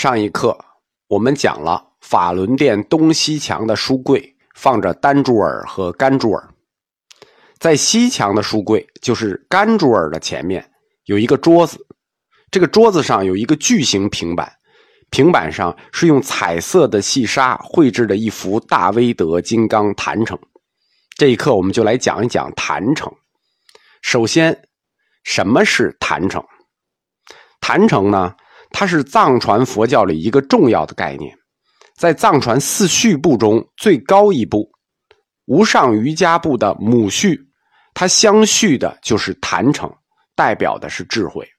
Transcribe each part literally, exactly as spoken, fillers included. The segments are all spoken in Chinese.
上一课我们讲了法轮殿东西墙的书柜放着单珠耳和甘珠耳，在西墙的书柜，就是甘珠耳的前面有一个桌子，这个桌子上有一个巨型平板，平板上是用彩色的细沙绘制的一幅大威德金刚坛城。这一课我们就来讲一讲坛城。首先，什么是坛城？坛城呢，它是藏传佛教里一个重要的概念，在藏传四序部中最高一部无上瑜伽部的母序，它相续的就是坛城，代表的是智慧。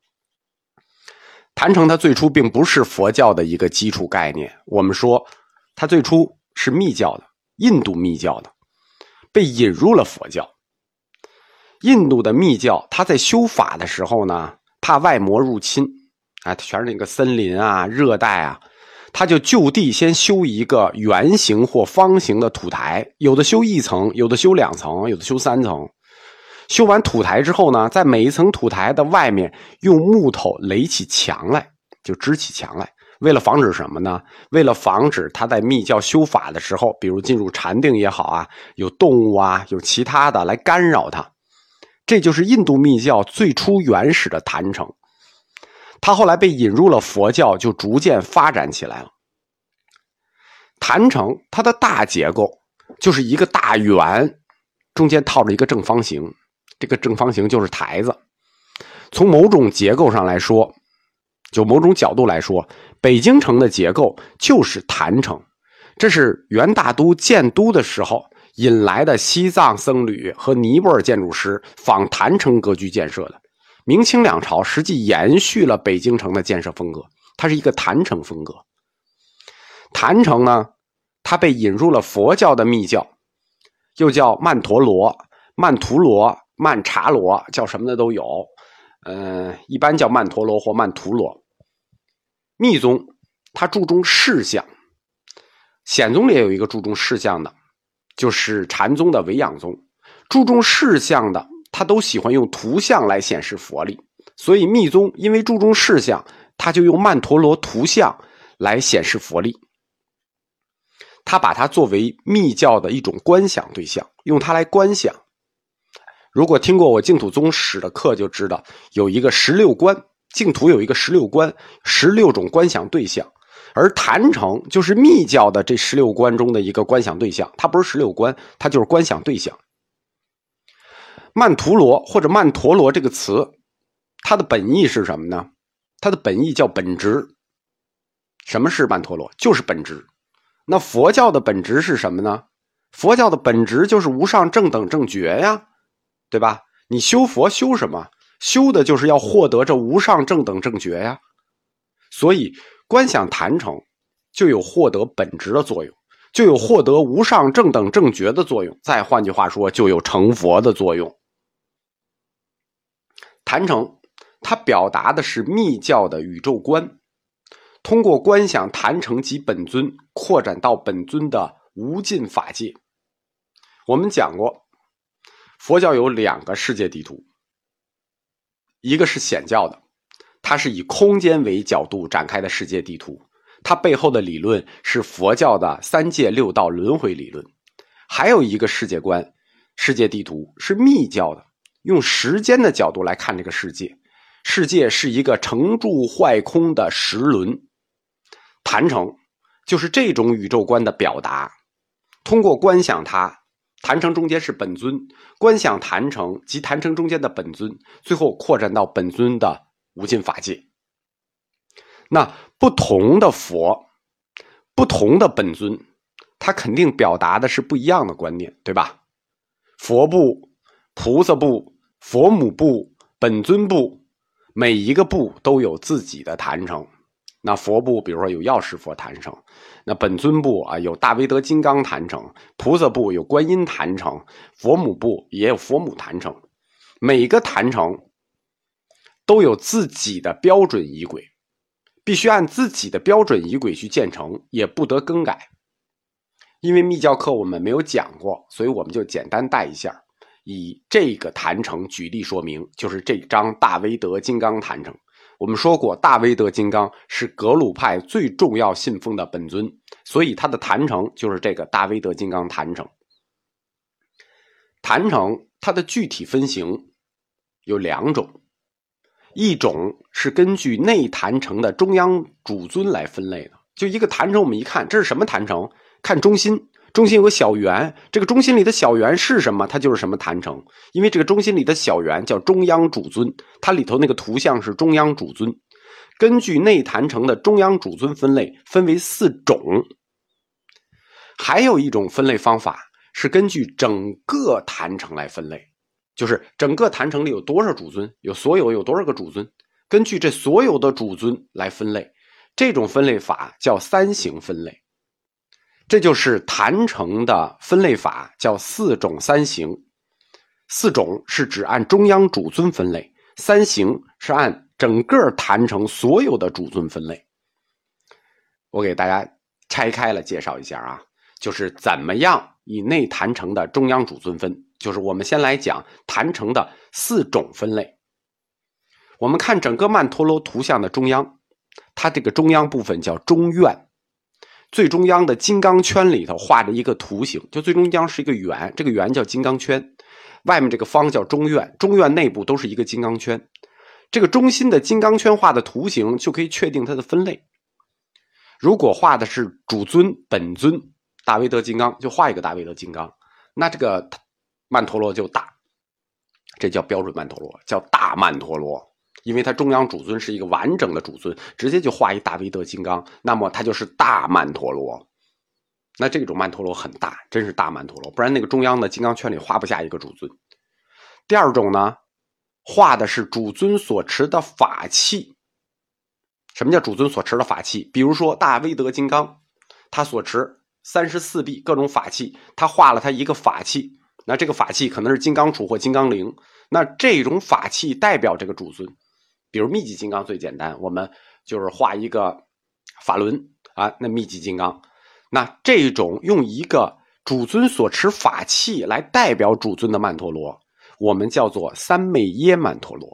坛城它最初并不是佛教的一个基础概念，我们说它最初是密教的，印度密教的，被引入了佛教。印度的密教它在修法的时候呢，怕外魔入侵啊，全是那个森林啊、热带啊，他就就地先修一个圆形或方形的土台，有的修一层，有的修两层，有的修三层。修完土台之后呢，在每一层土台的外面用木头垒起墙来，就支起墙来。为了防止什么呢？为了防止他在密教修法的时候，比如进入禅定也好啊，有动物啊，有其他的来干扰他。这就是印度密教最初原始的坛城。它后来被引入了佛教，就逐渐发展起来了。坛城它的大结构就是一个大圆，中间套着一个正方形，这个正方形就是台子。从某种结构上来说，就某种角度来说，北京城的结构就是坛城，这是元大都建都的时候引来的西藏僧侣和尼泊尔建筑师仿坛城格局建设的。明清两朝实际延续了北京城的建设风格，它是一个坛城风格。坛城呢，它被引入了佛教的密教，又叫曼陀罗、曼荼罗、曼荼罗，叫什么的都有。呃，一般叫曼陀罗或曼荼罗。密宗它注重事相，显宗里也有一个注重事相的，就是禅宗的维养宗。注重事相的他都喜欢用图像来显示佛力，所以密宗因为注重事相，他就用曼陀罗图像来显示佛力。他把它作为密教的一种观想对象，用它来观想。如果听过我净土宗史的课就知道，有一个十六观，净土有一个十六观，十六种观想对象，而坛城就是密教的这十六观中的一个观想对象，它不是十六观，它就是观想对象。曼荼罗或者曼陀罗这个词，它的本意是什么呢？它的本意叫本质。什么是曼陀罗？就是本质。那佛教的本质是什么呢？佛教的本质就是无上正等正觉呀，对吧？你修佛修什么？修的就是要获得这无上正等正觉呀。所以观想坛城就有获得本质的作用，就有获得无上正等正觉的作用，再换句话说，就有成佛的作用。坛城它表达的是密教的宇宙观，通过观想坛城及本尊，扩展到本尊的无尽法界。我们讲过，佛教有两个世界地图，一个是显教的，它是以空间为角度展开的世界地图，它背后的理论是佛教的三界六道轮回理论。还有一个世界观、世界地图是密教的，用时间的角度来看这个世界，世界是一个成住坏空的时轮。坛城就是这种宇宙观的表达，通过观想它，坛城中间是本尊，观想坛城及坛城中间的本尊，最后扩展到本尊的无尽法界。那不同的佛，不同的本尊，它肯定表达的是不一样的观念，对吧？佛部、菩萨部、佛母部、本尊部，每一个部都有自己的坛城。那佛部比如说有药师佛坛城，那本尊部啊有大威德金刚坛城，菩萨部有观音坛城，佛母部也有佛母坛城。每个坛城都有自己的标准仪轨，必须按自己的标准仪轨去建成，也不得更改。因为密教课我们没有讲过，所以我们就简单带一下，以这个坛城举例说明，就是这张大威德金刚坛城。 我们说过，大威德金刚是格鲁派最重要信奉的本尊，所以它的坛城就是这个大威德金刚坛城。坛城它的具体分型有两种，一种是根据内坛城的中央主尊来分类的，就一个坛城我们一看这是什么坛城，看中心，中心有个小圆，这个中心里的小圆是什么，它就是什么坛城，因为这个中心里的小圆叫中央主尊，它里头那个图像是中央主尊。根据内坛城的中央主尊分类，分为四种。还有一种分类方法是根据整个坛城来分类，就是整个坛城里有多少主尊，有所有有多少个主尊，根据这所有的主尊来分类，这种分类法叫三型分类。这就是坛城的分类法，叫四种三型。四种是指按中央主尊分类，三型是按整个坛城所有的主尊分类。我给大家拆开了介绍一下啊，就是怎么样以内坛城的中央主尊分，就是我们先来讲坛城的四种分类。我们看整个曼陀罗图像的中央，它这个中央部分叫中院，最中央的金刚圈里头画着一个图形，就最中央是一个圆，这个圆叫金刚圈，外面这个方叫中院，中院内部都是一个金刚圈。这个中心的金刚圈画的图形就可以确定它的分类。如果画的是主尊本尊大威德金刚，就画一个大威德金刚，那这个曼陀罗就大，这叫标准曼陀罗，叫大曼陀罗。因为它中央主尊是一个完整的主尊，直接就画一大威德金刚，那么它就是大曼陀罗。那这种曼陀罗很大，真是大曼陀罗，不然那个中央的金刚圈里画不下一个主尊。第二种呢，画的是主尊所持的法器。什么叫主尊所持的法器？比如说大威德金刚，他所持三十四臂各种法器，他画了他一个法器，那这个法器可能是金刚杵或金刚铃，那这种法器代表这个主尊。比如密集金刚最简单，我们就是画一个法轮啊，那密集金刚，那这种用一个主尊所持法器来代表主尊的曼陀罗，我们叫做三昧耶曼陀罗。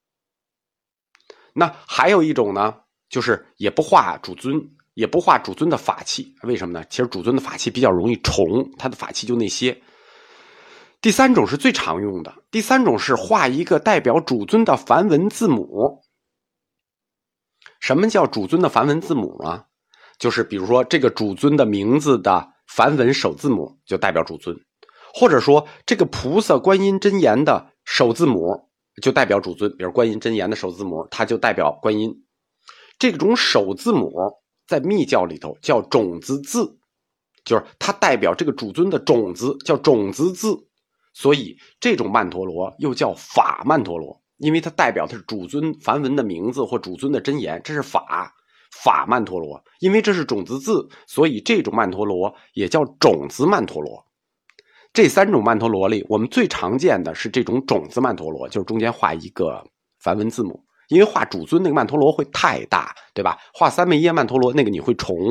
那还有一种呢，就是也不画主尊，也不画主尊的法器，为什么呢？其实主尊的法器比较容易重，他的法器就那些。第三种是最常用的，第三种是画一个代表主尊的梵文字母。什么叫主尊的梵文字母啊？就是比如说这个主尊的名字的梵文首字母就代表主尊，或者说这个菩萨观音真言的首字母就代表主尊，比如观音真言的首字母它就代表观音。这种首字母在密教里头叫种子字，就是它代表这个主尊的种子，叫种子字。所以这种曼陀罗又叫法曼陀罗，因为它代表的是主尊梵文的名字或主尊的真言，这是法法曼陀罗。因为这是种子字，所以这种曼陀罗也叫种子曼陀罗。这三种曼陀罗里，我们最常见的是这种种子曼陀罗，就是中间画一个梵文字母。因为画主尊那个曼陀罗会太大，对吧？画三昧耶曼陀罗那个你会重。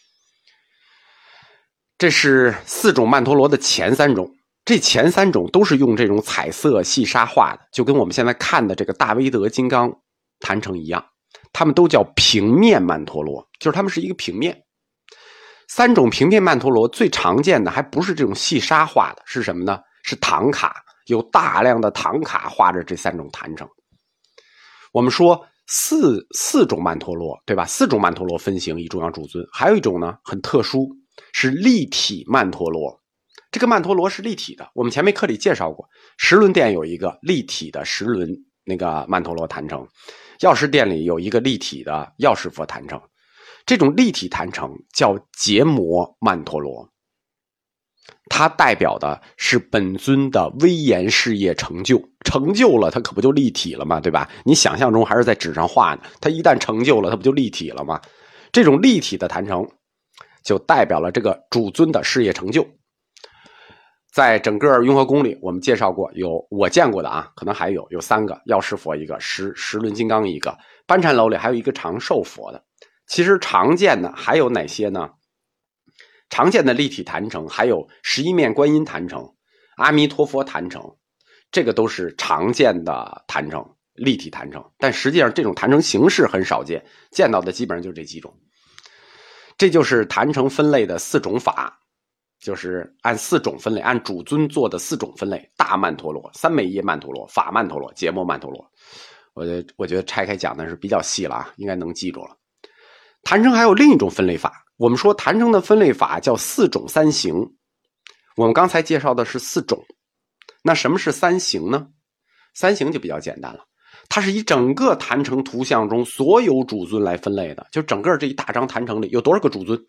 这是四种曼陀罗的前三种，这前三种都是用这种彩色细沙画的，就跟我们现在看的这个大威德金刚坛城一样，它们都叫平面曼陀罗，就是它们是一个平面。三种平面曼陀罗最常见的还不是这种细沙画的，是什么呢？是唐卡，有大量的唐卡画着这三种坛城。我们说四四种曼陀罗，对吧？四种曼陀罗分型以中央主尊，还有一种呢很特殊，是立体曼陀罗。这个曼陀罗是立体的，我们前面课里介绍过，十轮殿有一个立体的十轮那个曼陀罗坛城，药师殿里有一个立体的药师佛坛城。这种立体坛城叫结魔曼陀罗，它代表的是本尊的威严事业成就，成就了它可不就立体了吗？对吧？你想象中还是在纸上画呢，它一旦成就了，它不就立体了吗？这种立体的坛城就代表了这个主尊的事业成就。在整个雍和宫里，我们介绍过，有我见过的啊，可能还有有三个，药师佛一个，十十轮金刚一个，班禅楼里还有一个长寿佛的。其实常见的还有哪些呢？常见的立体坛城还有十一面观音坛城、阿弥陀佛坛城，这个都是常见的坛城。 立体坛城，但实际上这种坛城形式很少见，见到的基本上就这几种。这就是坛城分类的四种法，就是按四种分类，按主尊做的四种分类：大曼陀罗、三昧耶曼陀罗、法曼陀罗、羯摩曼陀罗。我觉得我觉得拆开讲的是比较细了啊，应该能记住了。坛城还有另一种分类法，我们说坛城的分类法叫四种三行。我们刚才介绍的是四种，那什么是三行呢？三行就比较简单了，它是以整个坛城图像中所有主尊来分类的，就整个这一大张坛城里有多少个主尊。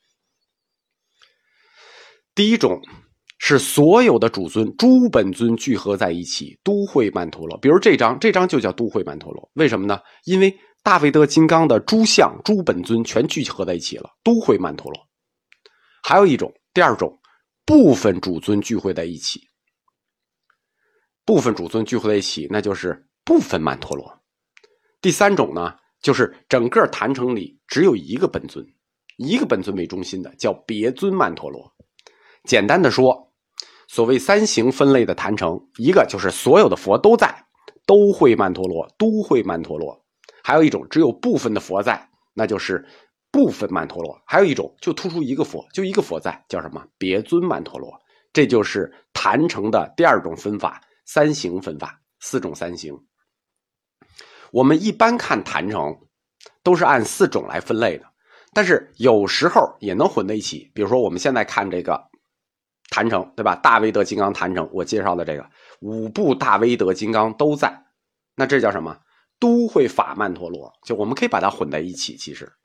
第一种是所有的主尊诸本尊聚合在一起，都会曼陀罗。比如这张，这张就叫都会曼陀罗，为什么呢？因为大威德金刚的诸相诸本尊全聚合在一起了，都会曼陀罗。还有一种，第二种，部分主尊聚会在一起，部分主尊聚会在一起，那就是部分曼陀罗。第三种呢，就是整个坛城里只有一个本尊，一个本尊为中心的，叫别尊曼陀罗。简单的说，所谓三行分类的坛城，一个就是所有的佛都在，都会曼陀罗，都会曼陀罗；还有一种只有部分的佛在，那就是部分曼陀罗；还有一种就突出一个佛，就一个佛在，叫什么？别尊曼陀罗。这就是坛城的第二种分法，三行分法，四种三行。我们一般看坛城都是按四种来分类的，但是有时候也能混在一起。比如说我们现在看这个坛城，对吧？大威德金刚坛城，我介绍的这个五部大威德金刚都在，那这叫什么？都会法曼陀罗，就我们可以把它混在一起。其实